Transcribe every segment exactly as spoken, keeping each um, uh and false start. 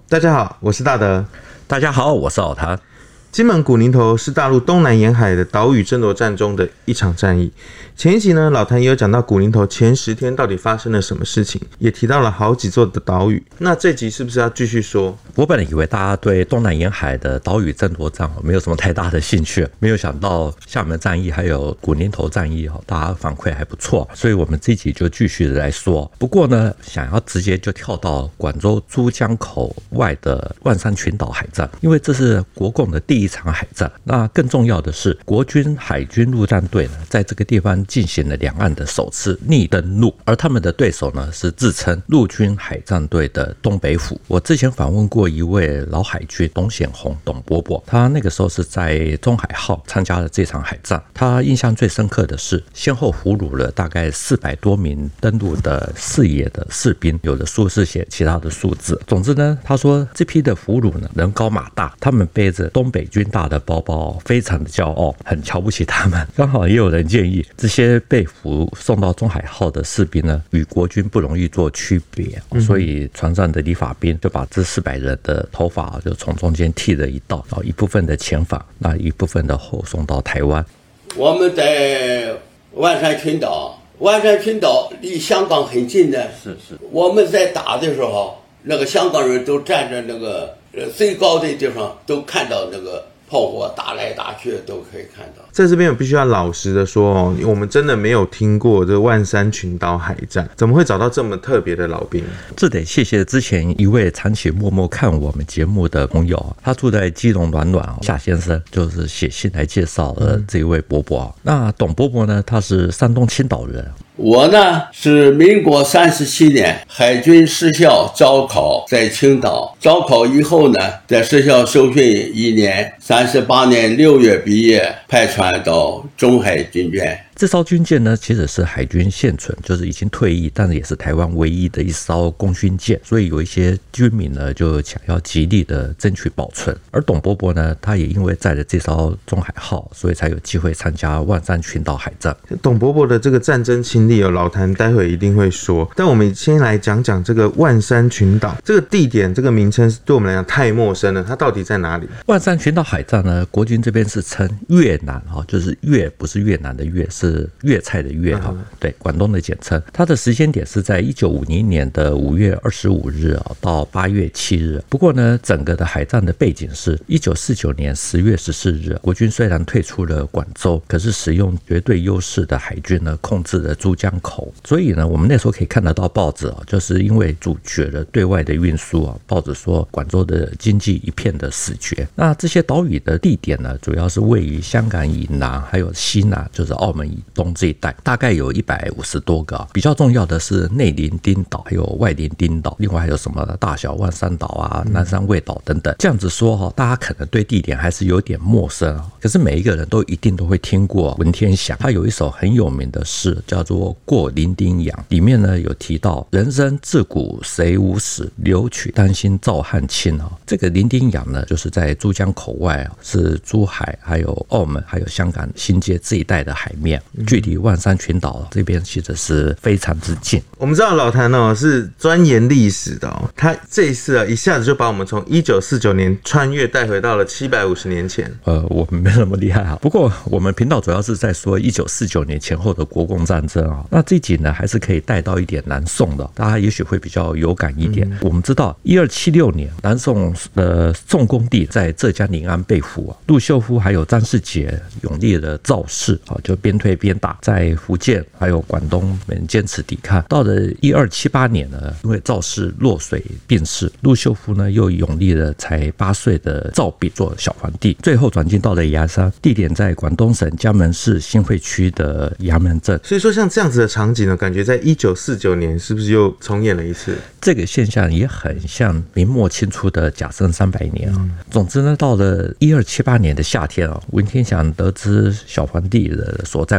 大家好，我是大德。 大家好，我是老谭。 金门古宁头是大陆东南沿海的岛屿争夺战中的一场战役。前一集呢，老谭也有讲到古宁头前十天到底发生了什么事情，也提到了好几座的岛屿。那这集是不是要继续说？ 我本来以为大家对东南沿海的岛屿争夺战没有什么太大的兴趣，没有想到厦门战役还有古宁头战役大家反馈还不错，所以我们这集就继续的来说。不过呢，想要直接就跳到广州珠江口外的万山群岛海战，因为这是国共的第一场海战。那更重要的是，国军海军陆战队呢，在这个地方进行了两岸的首次逆登陆，而他们的对手呢是自称陆军海战队的东北府。我之前访问过一位老海军董显宏董伯伯，他那个时候是在中海号参加了这场海战。他印象最深刻的是，先后俘虏了大概四百多名登陆的四野的士兵，有的数是写其他的数字。总之呢，他说这批的俘虏呢人高马大，他们背着东北军大的包包，非常的骄傲，很瞧不起他们。刚好也有人建议，这些被俘送到中海号的士兵呢，与国军不容易做区别，所以船上的理发兵就把这四百人的头发就从中间剃了一道，然后一部分的前返，那一部分的后送到台湾。 我们在万山群岛，万山群岛离香港很近的， 是是。我们在打的时候，那个香港人都站在那个最高的地方，都看到那个炮火打来打去，都可以看到。 在这边我必须要老实的说哦，我们真的没有听过这万山群岛海战，怎么会找到这么特别的老兵？ 这得谢谢之前一位长期默默看我们节目的朋友，他住在基隆暖暖，夏先生就是写信来介绍了这一位伯伯。嗯、那董伯伯呢，他是山东青岛人。 我呢是民国三十七年海军士校招考在青岛，招考以后呢，在士校受训一年，三十八年六月毕业，派传到中海军舰。 这艘军舰呢，其实是海军现存，就是已经退役，但是也是台湾唯一的一艘功勋舰，所以有一些军民呢就想要极力的争取保存。而董伯伯呢，他也因为载了这艘中海号，所以才有机会参加万山群岛海战。 董伯伯的这个战争经历，有老谭待会一定会说，但我们先来讲讲这个万山群岛这个地点，这个名称对我们来讲太陌生了，它到底在哪里？ 万山群岛海战呢，国军这边是称越南，就是越不是越南的越，是是粤菜的粤，对，广东的简称。它的时间点是在一九五零年的五月二十五日到八月七日。不过呢，整个的海战的背景是一九四九年十月十四日，国军虽然退出了广州，可是使用绝对优势的海军呢，控制了珠江口。所以呢，我们那时候可以看得到报纸，就是因为阻绝了对外的运输，报纸说广州的经济一片的死绝。那这些岛屿的地点呢，主要是位于香港以南，还有西南，就是澳门以东这一带，大概有一百五十多个。比较重要的是内伶仃岛，还有外伶仃岛，另外还有什么大小万山岛啊、南山卫岛等等。这样子说，大家可能对地点还是有点陌生，可是每一个人都一定都会听过文天祥，他有一首很有名的诗叫做《过伶仃洋》，里面呢有提到人生自古谁无死，留取丹心照汗青。这个伶仃洋呢，就是在珠江口外，是珠海还有澳门还有香港新界这一带的海面，距离万山群岛这边其实是非常之近。 我们知道老谭哦是钻研历史的哦，他这一次啊一下子就把我们从一九四九年穿越带回到了七百五十年前。 呃，我们没那么厉害啊，不过我们频道主要是在说一九四九年前后的国共战争啊。那这集呢还是可以带到一点南宋的，大家也许会比较有感一点。嗯、我们知道一二七六年南宋的宋恭帝在浙江临安被俘啊，陆秀夫还有张世杰勇烈的造势啊，就边推边打，在福建还有广东们坚持抵抗。到了一二七八年呢，因为赵氏落水病逝，陆秀夫呢又永立了才八岁的赵昺做小皇帝，最后转进到了崖山，地点在广东省江门市新会区的衙门镇。 所以说像这样子的场景呢，感觉在一九四九年是不是又重演了一次？ 这个现象也很像明末清初的甲申三百年啊。嗯、总之呢，到了一二七八年的夏天啊，文天祥得知小皇帝的所在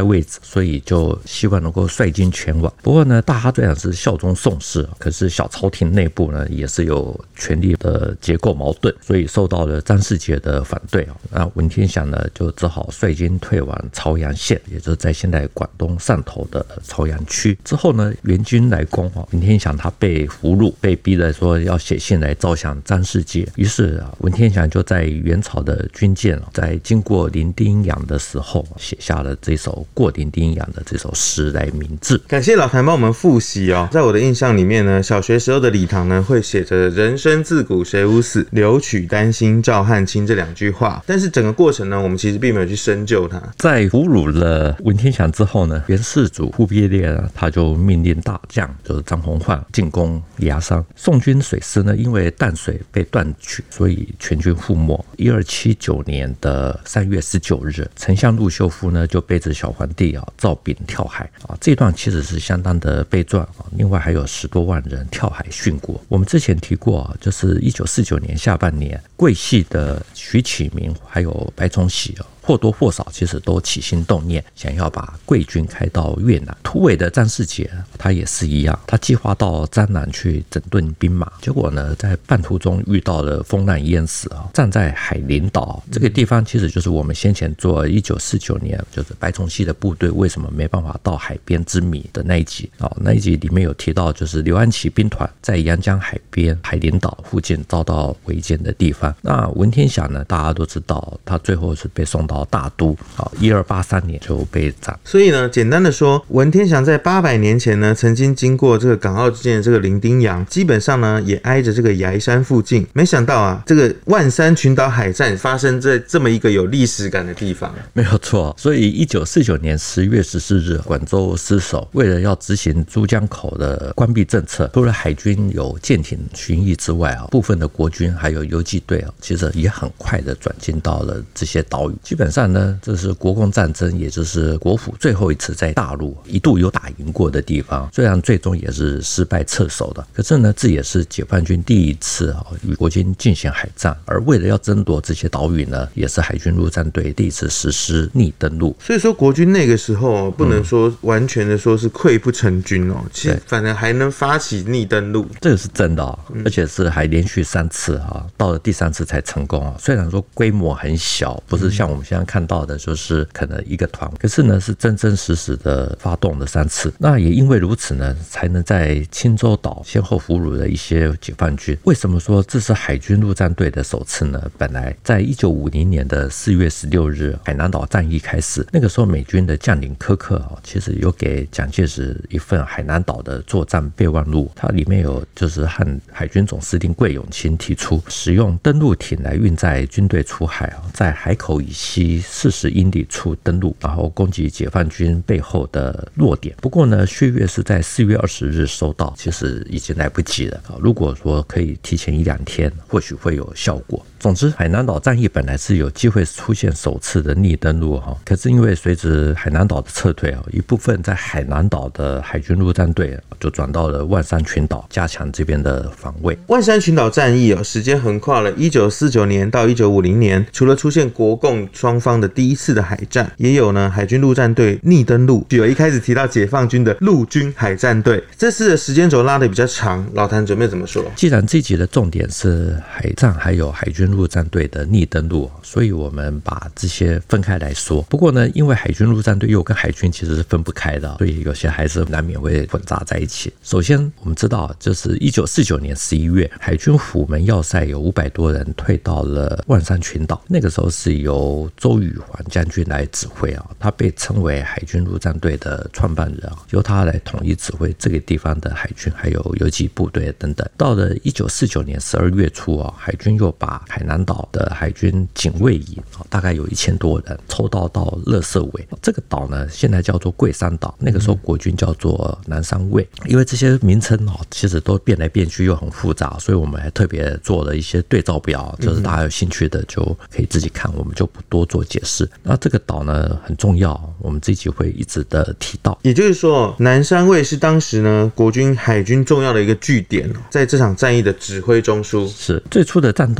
位置，所以就希望能够率军前往。不过呢，大哈虽然是效忠宋氏，可是小朝廷内部呢也是有权力的结构矛盾，所以受到了张世杰的反对。那文天祥呢就只好率军退往朝阳县，也就是在现在广东汕头的朝阳区。之后呢，援军来攻，文天祥他被俘虏，被逼的说要写信来招降张世杰。于是文天祥就在元朝的军舰在经过伶仃洋的时候，写下了这首过伶仃洋的这首诗来明志。 感谢老谭帮我们复习哦。在我的印象里面呢，小学时候的礼堂呢会写着人生自古谁无死，留取丹心照汗青这两句话，但是整个过程呢，我们其实并没有去深究它。 在俘虏了文天祥之后呢，元世祖忽必烈呢他就命令大将就是张弘范进攻牙商。宋军水师呢因为淡水被断取，所以全军覆没。一二七九年的三月十九日，丞相陆秀夫呢就背着小皇帝啊赵昺跳海啊，这段其实是相当的悲壮啊。另外还有十多万人跳海殉国。我们之前提过啊，就是一九四九年下半年，桂系的徐启明还有白崇禧啊，或多或少其实都起心动念，想要把桂军开到越南。突围的张世杰他也是一样，他计划到漳南去整顿兵马，结果呢在半途中遇到了风浪淹死啊，站在海陵岛这个地方，其实就是我们先前做一九四九年就是白崇禧的部队为什么没办法到海边之谜的那一集啊，那一集里面有提到，就是刘安琪兵团在阳江海边海陵岛附近遭到围歼的地方。那文天祥呢，大家都知道，他最后是被送到大都，一二八三年就被斩。 所以呢，简单的说，文天祥在八百年前呢，曾经经过这个港澳之间的这个伶仃洋，基本上呢也挨着这个崖山附近。没想到啊，这个万山群岛海战发生在这么一个有历史感的地方。 没有错，所以一九四九年十月十四日，广州失守，为了要执行珠江口的关闭政策，除了海军有舰艇巡弋之外啊，部分的国军还有游击队啊，其实也很快的转进到了这些岛屿。基本上呢，这是国共战争，也就是国府最后一次在大陆一度有打赢过的地方。虽然最终也是失败撤守的，可是呢，这也是解放军第一次啊与国军进行海战。而为了要争夺这些岛屿呢，也是海军陆战队第一次实施逆登陆。 所以说，国军那个时候不能说完全的说是溃不成军哦，嗯、其实反正还能发起逆登陆， 这个是真的、哦，而且是还连续三次啊，到了第三次才成功啊。虽然说规模很小，不是像我们现在看到的，就是可能一个团，可是呢是真真实实的发动了三次。那也因为如此呢，才能在青州岛先后俘虏了一些解放军。为什么说这是海军陆战队的首次呢？本来在一九五零年的四月十六日，海南岛战役开始，那个时候美军的将领柯克啊，其实有给蒋介石一份海南岛的作战备忘录，它里面有就是和海军总司令桂永清提出使用登陆艇来运载军队出海啊，在海口以西四十英里处登陆，然后攻击解放军背后的弱点。不过呢，薛岳是在四月二十日收到，其实已经来不及了。如果说可以提前一两天，或许会有效果。总之，海南岛战役本来是有机会出现首次的逆登陆哈，可是因为随着海南岛的撤退啊，一部分在海南岛的海军陆战队就转到了万山群岛，加强这边的防卫。 万山群岛战役哦，时间横跨了一九四九年到一九五零年，除了出现国共双方的第一次的海战，也有呢海军陆战队逆登陆，有一开始提到解放军的陆军海战队。这次的时间轴拉得比较长，老谭准备怎么说？ 既然这集的重点是海战还有海军陆战队的逆登陆，所以我们把这些分开来说。不过呢，因为海军陆战队又跟海军其实是分不开的，所以有些还是难免会混杂在一起。首先我们知道，就是一九四九年十一月，海军虎门要塞有五百多人退到了万山群岛，那个时候是由周宇环将军来指挥啊，他被称为海军陆战队的创办人啊，由他来统一指挥这个地方的海军还有游击部队等等。到了一九四九年十二月初啊，海军又把海南岛的海军警卫营大概有一千多人抽到到乐色尾，这个岛呢现在叫做桂山岛，那个时候国军叫做南山卫。因为这些名称其实都变来变去又很复杂，所以我们还特别做了一些对照表，就是大家有兴趣的就可以自己看，我们就不多做解释。那这个岛呢很重要，我们这集会一直的提到。 也就是说，南山卫是当时呢国军海军重要的一个据点，在这场战役的指挥中枢。 是最初的战斗呢不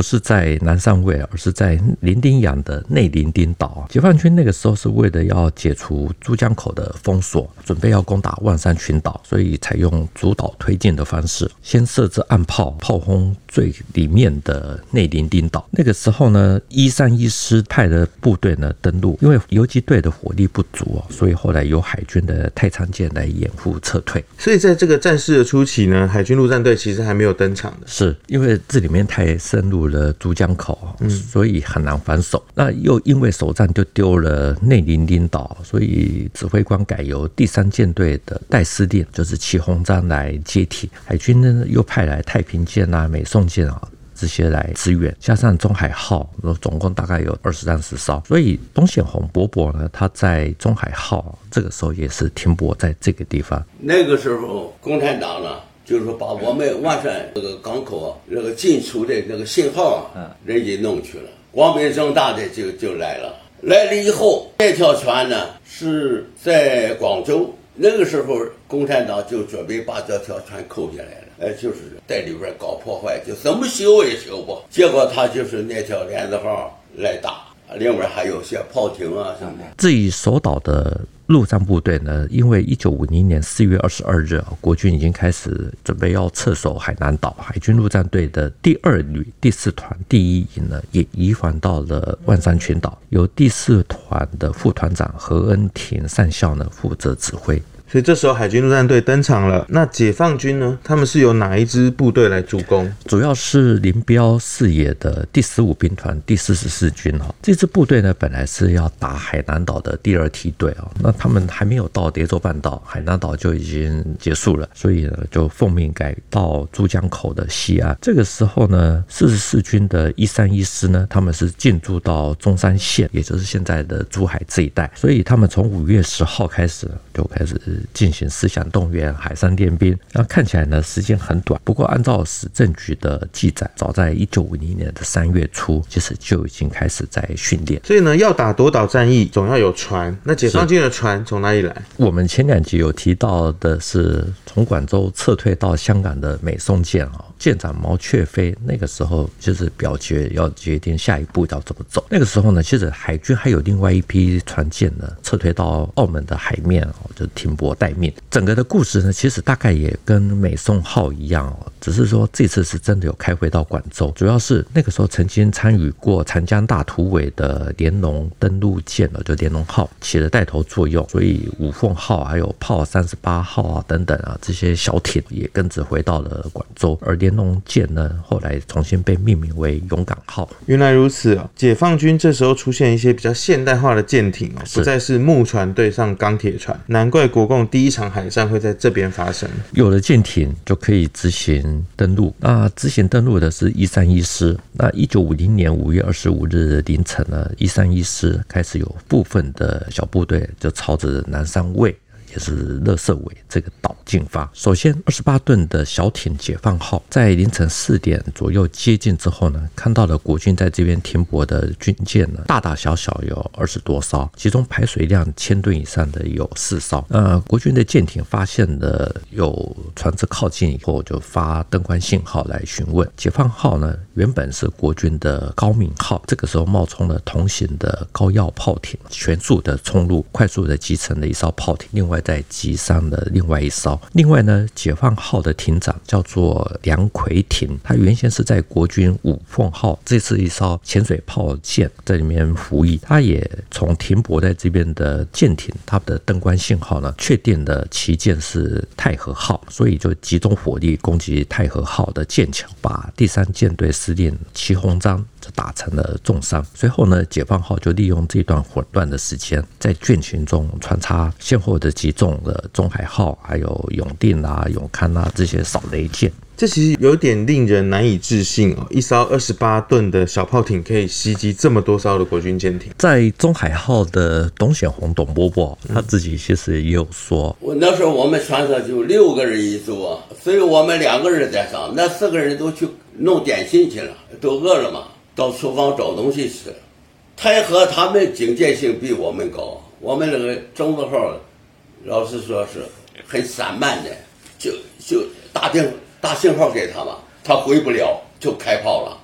是在南上卫，而是在伶仃洋的内伶仃岛。解放军那个时候是为了要解除珠江口的封锁，准备要攻打万山群岛，所以采用主岛推进的方式，先设置岸炮，炮轰最里面的内伶仃岛。那个时候呢，一三一师派的部队呢登陆，因为游击队的火力不足哦，所以后来由海军的太仓舰来掩护撤退。 所以在这个战事的初期呢，海军陆战队其实还没有登场的， 是因为这里面太深入了珠江口，嗯、所以很难防守。那又因为首战就丢了内伶仃岛，所以指挥官改由第三舰队的代司令，就是祁鸿章来接替。海军呢又派来太平舰啊、美宋舰啊这些来支援，加上中海号，总共大概有二十三十艘，所以东显红伯伯呢，他在中海号这个时候也是停泊在这个地方。 那个时候，共产党呢，就是说把我们万山这个港口啊，那个进出的那个信号啊，人家弄去了，光明正大的就就来了。来了以后，这条船呢是在广州，那个时候共产党就准备把这条船扣下来了。哎，就是在里边搞破坏，就怎么修也修不。结果他就是那条连字号来打，另外还有些炮艇啊什么的。 至于守岛的陆战部队呢，因为一九五零年四月二十二日，国军已经开始准备要撤守海南岛，海军陆战队的第二旅第四团第一营呢，也移防到了万山群岛，由第四团的副团长何恩廷上校呢负责指挥。 所以这时候海军陆战队登场了。那解放军呢？他们是由哪一支部队来主攻？ 主要是林彪视野的第十五兵团第四十四军哈。这支部队呢，本来是要打海南岛的第二梯队啊。那他们还没有到叠州半岛，海南岛就已经结束了，所以呢，就奉命改到珠江口的西岸。这个时候呢，四十四军的一三一师呢，他们是进驻到中山县，也就是现在的珠海这一带。所以他们从五月十号开始就开始进行思想动员、海上练兵。那看起来呢，时间很短。不过按照史政局的记载，早在一九五零年的三月初，其实就已经开始在训练。 所以呢，要打夺岛战役，总要有船。那解放军的船从哪里来？ 我们前两集有提到的是，从广州撤退到香港的美宋舰啊，舰长毛雀飞那个时候就是表决要决定下一步要怎么走。那个时候呢，其实海军还有另外一批船舰呢，撤退到澳门的海面哦，就停泊待命。整个的故事呢，其实大概也跟美宋号一样哦，只是说这次是真的有开回到广州，主要是那个时候曾经参与过长江大突围的联龙登陆舰了，就联龙号起了带头作用，所以五凤号还有炮三十八号啊等等啊这些小艇也跟着回到了广州，而联龙舰呢后来重新被命名为勇港号。 原来如此啊！解放军这时候出现一些比较现代化的舰艇哦，不再是木船对上钢铁船，难怪国共第一场海战会在这边发生。 有了舰艇就可以执行登陆，那执行登陆的是一三一师。那一九五零年五月二十五日凌晨呢，一三一师开始有部分的小部队就朝着南山卫，也是垃圾尾这个岛进发。首先二十八吨的小艇解放号在凌晨四点左右接近之后呢，看到了国军在这边停泊的军舰呢，大大小小有二十多艘，其中排水量千吨以上的有四艘。呃，国军的舰艇发现了有船只靠近以后，就发灯光信号来询问。解放号呢，原本是国军的高明号，这个时候冒充了同型的高药炮艇，全速的冲入，快速的击沉了一艘炮艇，另外再击伤了另外一艘。另外呢，解放号的艇长叫做梁奎廷，他原先是在国军五凤号，这是一艘潜水炮舰在里面服役，他也从停泊在这边的舰艇，他的灯光信号呢，确定了旗舰是太和号，所以就集中火力攻击太和号的舰桥，把第三舰队司令祁鸿章就打成了重伤。随后呢，解放号就利用这段混乱的时间，在舰群中穿插先后的击中了中海号、还有永定啊、永康啊这些扫雷舰。 这其实有点令人难以置信哦！一艘二十八吨的小炮艇可以袭击这么多艘的国军舰艇。 在中海号的董显红董伯伯他自己其实也有说， 我那时候我们船上就六个人一组啊，所以我们两个人在上，那四个人都去弄点心去了，都饿了嘛，到厨房找东西吃。太和他们警戒性比我们高，我们那个中字号，老实说是很散漫的，就就打电打信号给他嘛，他回不了就开炮了。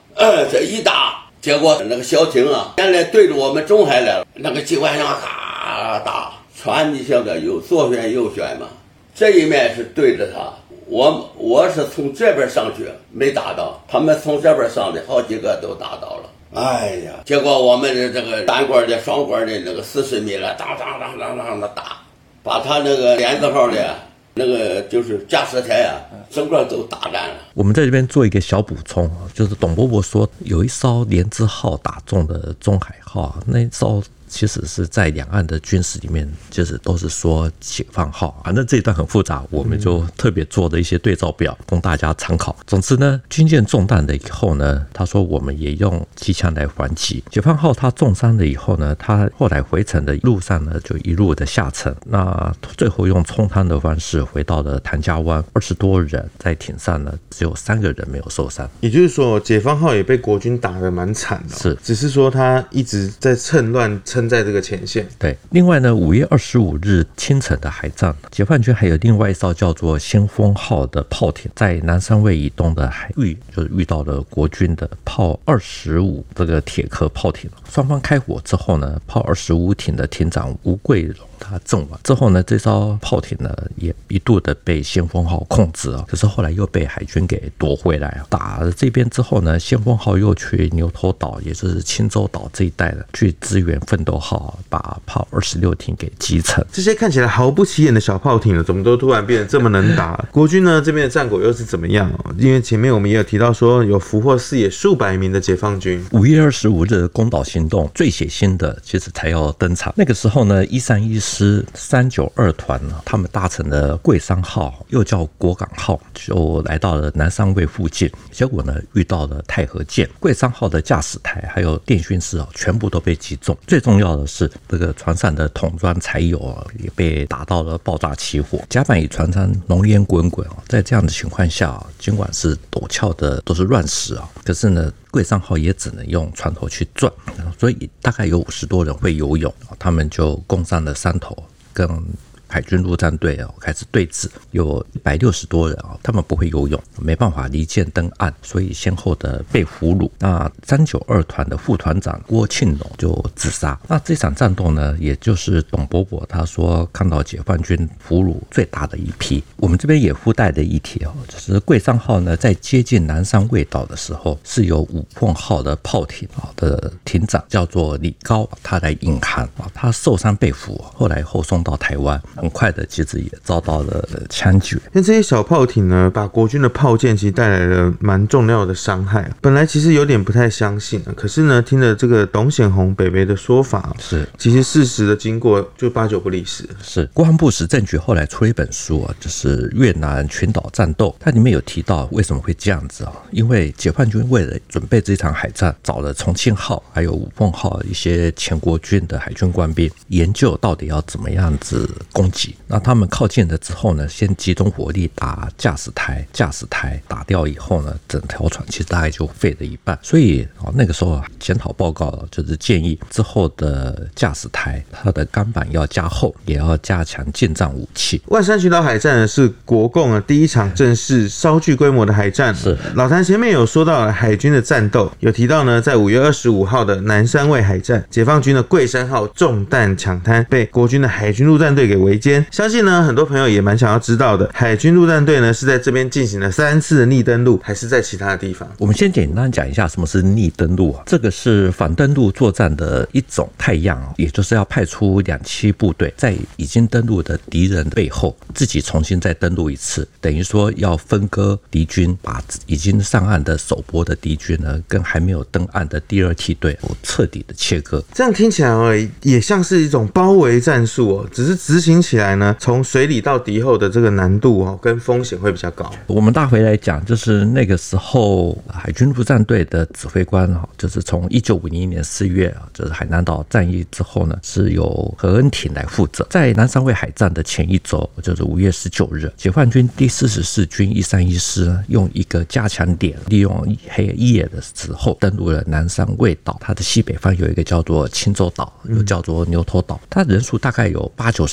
呃，这一打，结果那个小艇啊，原来对着我们中海来了，那个机关枪咔打，船你晓得有左旋右旋嘛，这一面是对着他，我我是从这边上去没打到，他们从这边上的好几个都打到了。哎呀，结果我们的这个单管的双管的那个四十米了，当当当当当的打，把他那个连字号的那个就是驾驶台啊，整个都打烂了。 我们在这边做一个小补充，就是董伯伯说有一艘连字号打中的中海号，那艘其实是在两岸的军事里面，就是都是说解放号，反正这一段很复杂，我们就特别做的一些对照表供大家参考。总之呢，军舰中弹了以后呢，他说我们也用机枪来还击。解放号他重伤了以后呢，他后来回程的路上呢，就一路的下沉，那最后用冲滩的方式回到了谭家湾，二十多人在艇上呢，只有三个人没有受伤。 也就是说，解放号也被国军打得蛮惨的、哦， 是， 只是说他一直在趁乱撑在这个前线。 对，另外呢，五月二十五日清晨的海战，解放军还有另外一艘叫做先锋号的炮艇，在南山卫以东的海域，就是遇到了国军的炮二十五这个铁壳炮艇。双方开火之后呢，炮二十五艇的艇长吴桂荣他阵亡之后呢，这艘炮艇呢也一度的被先锋号控制啊，可是后来又被海军给夺回来啊。打了这边之后呢，先锋号又去牛头岛，也就是青州岛这一带的去支援奋斗号，把炮二十六艇给击沉。 这些看起来毫不起眼的小炮艇呢，怎么都突然变得这么能打？国军呢这边的战果又是怎么样哦？因为前面我们也有提到说，有俘获四野数百名的解放军。 五月二十五日的攻岛行动最血腥的，其实才要登场。那个时候呢，一三一师三九二团呢，他们搭乘了桂山号，又叫国港号，就来到了南山卫附近。结果呢，遇到了太和舰。桂山号的驾驶台还有电讯室全部都被击中。最重要的是，这个船上的桶装柴油也被打到了爆炸起火。甲板与船舱浓烟滚滚，在这样的情况下，尽管是陡峭的都是乱石啊，可是呢，桂山号也只能用船头去转，所以大概有五十多人会游泳，他们就攻上了山头，跟海军陆战队开始对峙，有一百六十多人，他们不会游泳，没办法离舰登岸，所以先后的被俘虏。那三九二团的副团长郭庆龙就自杀。那这场战斗呢，也就是董伯伯他说看到解放军俘虏最大的一批。我们这边也附带的一提，就是桂山号呢在接近南山卫岛的时候，是由五凤号的炮艇的艇长叫做李高，他来引航，他受伤被俘，后来后送到台湾。很快的其实也遭到了枪决。 那这些小炮艇呢，把国军的炮舰其实带来了蛮重要的伤害。本来其实有点不太相信，可是呢，听了这个董显宏北北的说法， 是其实事实的经过就八九不离十。 是国防部史政局后来出了一本书啊，就是越南群岛战斗，它里面有提到为什么会这样子啊？因为解放军为了准备这场海战，找了重庆号还有五凤号一些前国军的海军官兵，研究到底要怎么样子攻。那他们靠近了之后呢，先集中火力打驾驶台，驾驶台打掉以后呢，整条船其实大概就废了一半。所以、哦、那个时候检讨报告就是建议之后的驾驶台它的钢板要加厚，也要加强近战武器。 万山群岛海战呢是国共啊第一场正式稍具规模的海战。 是老谭前面有说到了海军的战斗，有提到呢，在五月二十五号的南山卫海战，解放军的桂山号中弹抢滩，被国军的海军陆战队给围歼。相信呢，很多朋友也蛮想要知道的，海军陆战队呢是在这边进行了三次的逆登陆，还是在其他的地方？ 我们先简单讲一下什么是逆登陆啊。这个是反登陆作战的一种态样，也就是要派出两栖部队在已经登陆的敌人背后，自己重新再登陆一次，等于说要分割敌军，把已经上岸的首波的敌军呢，跟还没有登岸的第二梯队彻底的切割。 这样听起来而已，也像是一种包围战术哦，只是执行起来呢，从水里到敌后的这个难度哦，跟风险会比较高。 我们大回来讲，就是那个时候海军陆战队的指挥官，就是从一九五零年四月，就是海南岛战役之后呢，是由何恩廷来负责。在南山卫海战的前一周，就是五月十九日，解放军第四十四军一三一师用一个加强点，利用黑夜的时候登陆了南山卫岛。它的西北方有一个叫做青州岛，又叫做牛头岛，它人数大概有八九十人，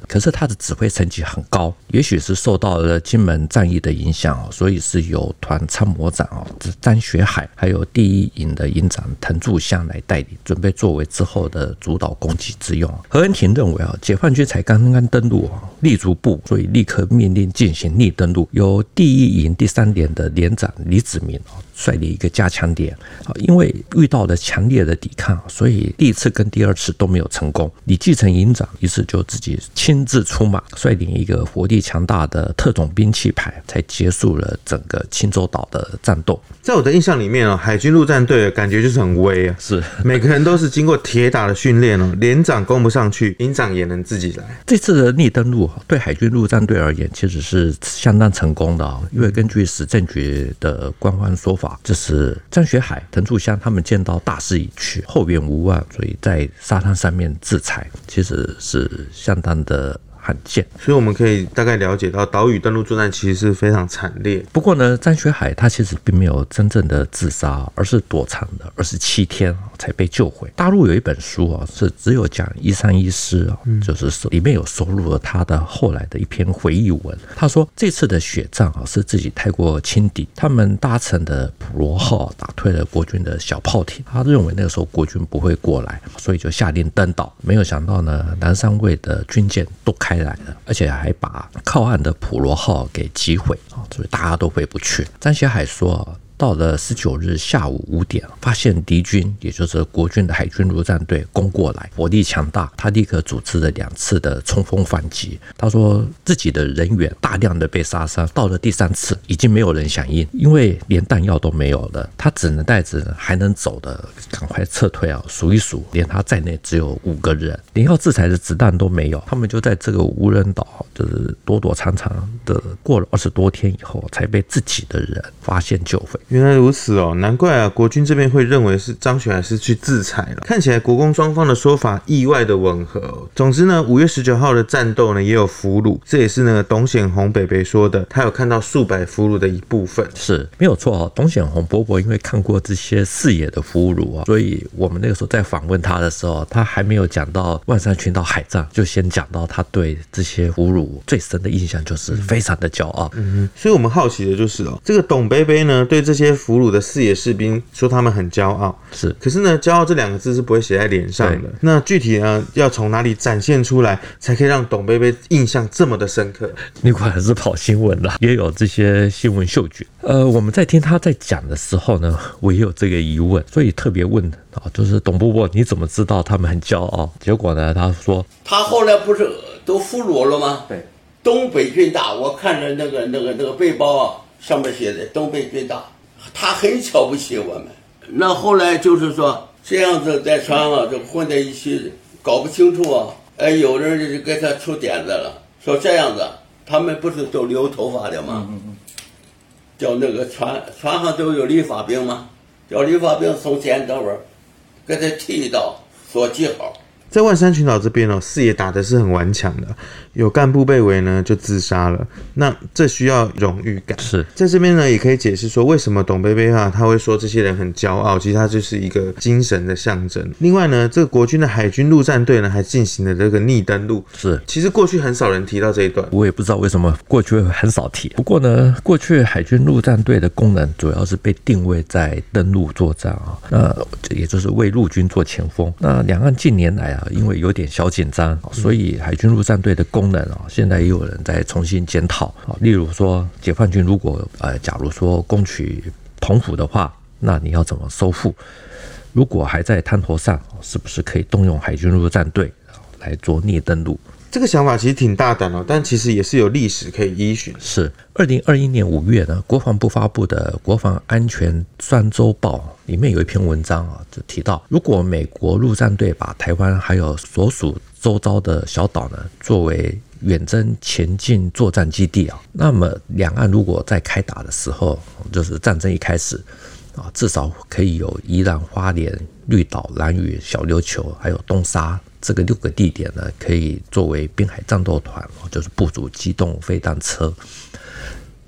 可是他的指挥成绩很高，也许是受到了金门战役的影响，所以是由团参谋长张学海还有第一营的营长滕柱湘来带领，准备作为之后的主导攻击之用。何恩廷认为解放军才刚刚登陆，立足部，所以立刻命令进行逆登陆，由第一营第三连的连长李子明率领一个加强连，因为遇到了强烈的抵抗，所以第一次跟第二次都没有成功。李继承营长于是就自己亲自出马，率领一个火力强大的特种兵器排，才结束了整个青州岛的战斗。 在我的印象里面哦，海军陆战队感觉就是很威啊， 是每个人都是经过铁打的训练哦，连长攻不上去，营长也能自己来。 这次的逆登陆对海军陆战队而言，其实是相当成功的，因为根据史政局的官方说法，就是张学海、滕柱湘他们见到大势已去，后援无望，所以在沙滩上面自裁，其实是相当的罕见。 所以我们可以大概了解到，岛屿登陆作战其实是非常惨烈。 不过呢，张学海他其实并没有真正的自杀，而是躲藏了二十七天才被救回。大陆有一本书啊，是只有讲一三一师啊，就是里面有收录了他的后来的一篇回忆文。他说这次的血战啊，是自己太过轻敌，他们搭乘的普罗号打退了国军的小炮艇。他认为那个时候国军不会过来，所以就下令登岛。没有想到呢，南山卫的军舰都开来了，而且还把靠岸的普罗号给击毁，所以大家都回不去。张学海说，到了十九日下午五点，发现敌军，也就是国军的海军陆战队攻过来，火力强大，他立刻组织了两次的冲锋反击。他说自己的人员大量的被杀伤，到了第三次已经没有人响应，因为连弹药都没有了，他只能带着还能走的赶快撤退啊！数一数，连他在内只有五个人，连要制裁的子弹都没有。他们就在这个无人岛，就是躲躲藏藏的，过了二十多天以后，才被自己的人发现救回。 原来如此哦，难怪啊，国军这边会认为是张学海是去制裁了。看起来国共双方的说法意外的吻合哦。总之呢，五月十九号的战斗呢也有俘虏，这也是那个董显宏北北说的，他有看到数百俘虏的一部分。 是没有错哦，董显宏伯伯因为看过这些视野的俘虏啊，所以我们那个时候在访问他的时候，他还没有讲到万山群岛海战，就先讲到他对这些俘虏最深的印象就是非常的骄傲。 嗯，所以我们好奇的就是哦，这个董伯伯呢对这些俘虏的四野士兵说他们很骄傲， 是， 可是呢，骄傲这两个字是不会写在脸上的。那具体呢，要从哪里展现出来，才可以让董伯伯印象这么的深刻？ 你果然是跑新闻的，也有这些新闻嗅觉。呃，我们在听他在讲的时候呢，我也有这个疑问，所以特别问啊，就是董伯伯，你怎么知道他们很骄傲？结果呢，他说他后来不是都俘虏了吗？ 对， 东北军大，我看着那个那个那个背包啊，上面写的东北军大。他很瞧不起我们，那后来就是说这样子在船上就混在一起，搞不清楚啊。哎，有人就给他出点子了，说这样子，他们不是都留头发的吗？嗯嗯叫那个船船上都有理发兵吗？叫理发兵从前等会儿给他剃一刀，说记号。 在万山群岛这边哦，四野打的是很顽强的，有干部被围呢就自杀了，那这需要荣誉感。 是在这边呢，也可以解释说为什么董伯伯啊他会说这些人很骄傲，其实他就是一个精神的象征。另外呢，这个国军的海军陆战队呢还进行了这个逆登陆， 是其实过去很少人提到这一段， 我也不知道为什么过去很少提。不过呢，过去海军陆战队的功能主要是被定位在登陆作战啊，那也就是为陆军做前锋。那两岸近年来啊，因为有点小紧张，所以海军陆战队的功能啊，现在也有人在重新检讨啊。例如说，解放军如果呃，假如说攻取澎湖的话，那你要怎么收复？如果还在滩头上，是不是可以动用海军陆战队来做逆登陆？ 这个想法其实挺大胆哦，但其实也是有历史可以依循。 是二零二一年五月呢，国防部发布的《国防安全双周报》里面有一篇文章啊，就提到，如果美国陆战队把台湾还有所属周遭的小岛呢作为远征前进作战基地啊，那么两岸如果在开打的时候，就是战争一开始啊，至少可以有宜兰、花莲、绿岛、兰屿、小琉球还有东沙这个六个地点呢，可以作为滨海战斗团，就是部署机动飞弹车。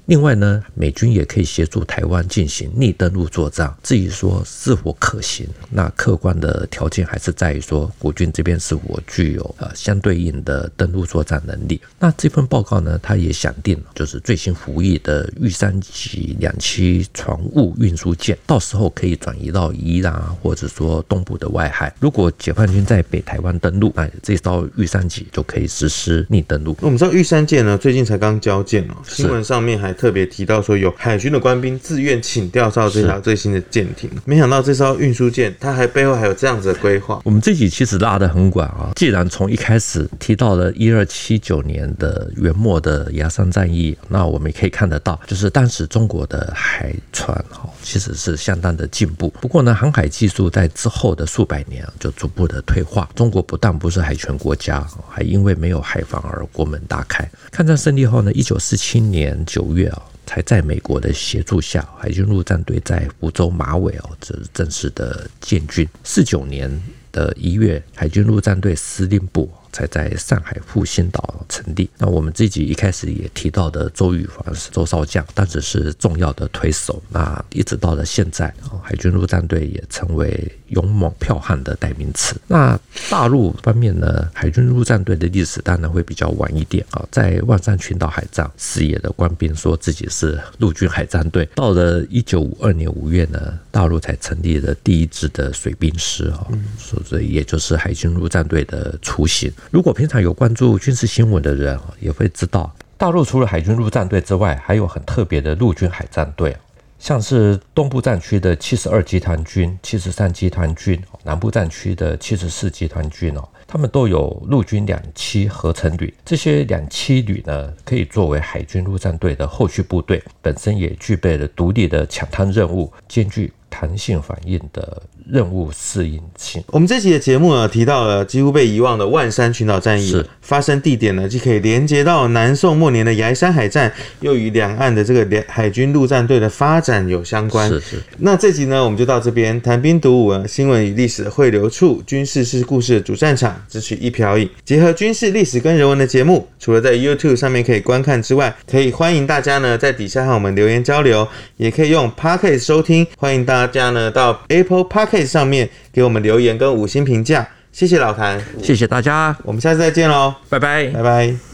另外呢，美军也可以协助台湾进行逆登陆作战。至于说是否可行，那客观的条件还是在于说国军这边是否具有呃相对应的登陆作战能力。那这份报告呢，它也想定就是最新服役的玉山级两栖船坞运输舰，到时候可以转移到宜兰啊，或者说东部的外海。如果解放军在北台湾登陆，那这艘玉山级就可以实施逆登陆。 我们知道玉山舰呢，最近才刚交舰哦，新闻上面还特别提到说有海军的官兵自愿请调到这条最新的舰艇。没想到这艘运输舰，它还背后还有这样子的规划。 我们这集其实拉得很广啊，既然从一开始提到了一二七九年的元末的崖山战役，那我们也可以看得到，就是当时中国的海船其实是相当的进步。不过呢，航海技术在之后的数百年就逐步的退化。中国不但不是海权国家，还因为没有海防而国门大开。抗战胜利后呢，一九四七年九月啊，才在美国的协助下，海军陆战队在福州马尾哦，这是正式的建军。四九年的一月，海军陆战队司令部才在上海复兴岛成立。那我们这集一开始也提到的周玉环周少将，当时是重要的推手。那一直到了现在，海军陆战队也成为勇猛剽悍的代名词。那大陆方面呢，海军陆战队的历史当然会比较晚一点啊。在万山群岛海战，矢野的官兵说自己是陆军海战队。到了一九五二年五月呢，大陆才成立了第一支的水兵师啊，所以也就是海军陆战队的雏形。如果平常有关注军事新闻的人也会知道，大陆除了海军陆战队之外，还有很特别的陆军海战队，像是东部战区的七十二集团军、七十三集团军，南部战区的七十四集团军哦，他们都有陆军两栖合成旅。这些两栖旅呢，可以作为海军陆战队的后续部队，本身也具备了独立的抢滩任务，兼具弹性反应的任务适应性。 我们这期的节目呢，提到了几乎被遗忘的万山群岛战役，发生地点呢，既可以连接到南宋末年的崖山海战，又与两岸的这个海军陆战队的发展有相关。 是是。 那这集呢，我们就到这边。谈兵读武，新闻与历史的汇流处，军事是故事的主战场，只取一瓢饮，结合军事、历史跟人文的节目，除了在 YouTube 上面可以观看之外，可以欢迎大家呢在底下和我们留言交流，也可以用 Podcast 收听。欢迎大家呢到 Apple Podcast 上面给我们留言跟五星评价，谢谢老谭， 谢谢大家， 我们下次再见喽， 拜拜， 拜拜。